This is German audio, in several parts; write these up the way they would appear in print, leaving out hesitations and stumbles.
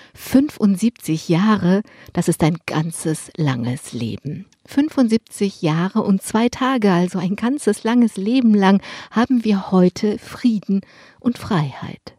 75 Jahre, das ist ein ganzes langes Leben. 75 Jahre und 2 Tage, also ein ganzes langes Leben lang, haben wir heute Frieden und Freiheit.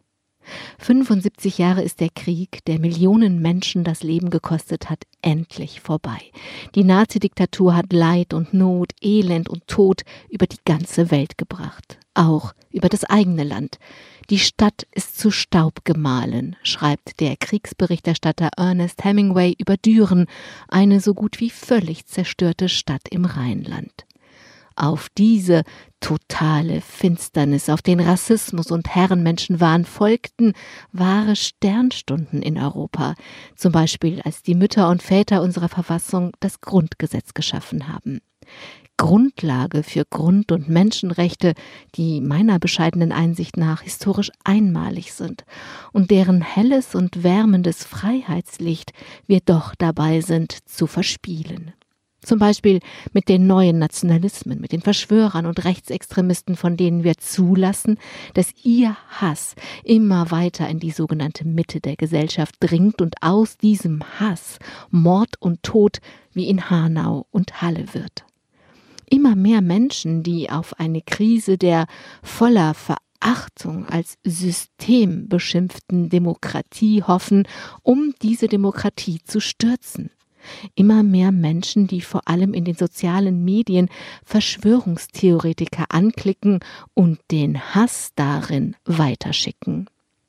75 Jahre ist der Krieg, der Millionen Menschen das Leben gekostet hat, endlich vorbei. Die Nazidiktatur hat Leid und Not, Elend und Tod über die ganze Welt gebracht, auch über das eigene Land. Die Stadt ist zu Staub gemahlen, schreibt der Kriegsberichterstatter Ernest Hemingway über Düren, eine so gut wie völlig zerstörte Stadt im Rheinland. Auf diese totale Finsternis, auf den Rassismus und Herrenmenschenwahn folgten wahre Sternstunden in Europa, zum Beispiel als die Mütter und Väter unserer Verfassung das Grundgesetz geschaffen haben. Grundlage für Grund- und Menschenrechte, die meiner bescheidenen Einsicht nach historisch einmalig sind und deren helles und wärmendes Freiheitslicht wir doch dabei sind zu verspielen. Zum Beispiel mit den neuen Nationalismen, mit den Verschwörern und Rechtsextremisten, von denen wir zulassen, dass ihr Hass immer weiter in die sogenannte Mitte der Gesellschaft dringt und aus diesem Hass Mord und Tod wie in Hanau und Halle wird. Immer mehr Menschen, die auf eine Krise der voller Verachtung als System beschimpften Demokratie hoffen, um diese Demokratie zu stürzen. Immer mehr Menschen, die vor allem in den sozialen Medien Verschwörungstheoretiker anklicken und den Hass darin weiterschicken.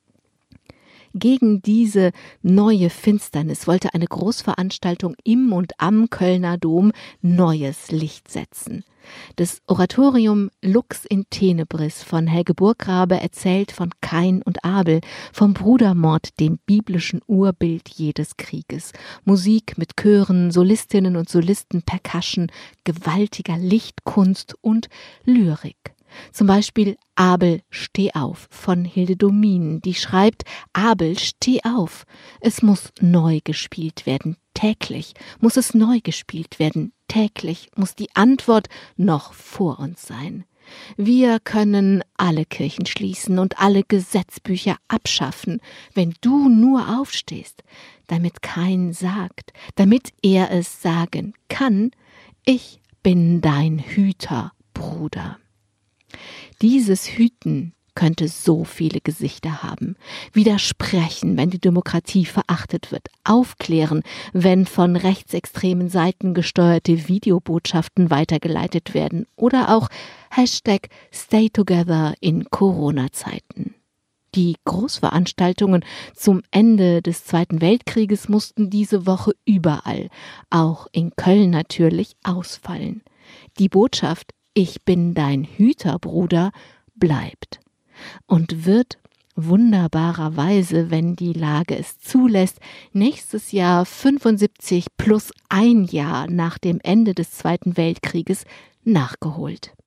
Gegen diese neue Finsternis wollte eine Großveranstaltung im und am Kölner Dom neues Licht setzen. Das Oratorium Lux in Tenebris von Helge Burggrabe erzählt von Kain und Abel, vom Brudermord, dem biblischen Urbild jedes Krieges. Musik mit Chören, Solistinnen und Solisten, Percussion, gewaltiger Lichtkunst und Lyrik. Zum Beispiel Abel, steh auf von Hilde Domin, die schreibt: Abel, steh auf. Es muss neu gespielt werden, täglich muss es neu gespielt werden, täglich muss die Antwort noch vor uns sein. Wir können alle Kirchen schließen und alle Gesetzbücher abschaffen, wenn du nur aufstehst, damit Kain sagt, damit er es sagen kann: Ich bin dein Hüter, Bruder. Dieses Hüten könnte so viele Gesichter haben. Widersprechen, wenn die Demokratie verachtet wird. Aufklären, wenn von rechtsextremen Seiten gesteuerte Videobotschaften weitergeleitet werden. Oder auch #StayTogether in Corona-Zeiten. Die Großveranstaltungen zum Ende des Zweiten Weltkrieges mussten diese Woche überall, auch in Köln natürlich, ausfallen. Die Botschaft: Ich bin dein Hüter, Bruder, bleibt und wird wunderbarerweise, wenn die Lage es zulässt, nächstes Jahr 75 plus 1 Jahr nach dem Ende des Zweiten Weltkrieges nachgeholt.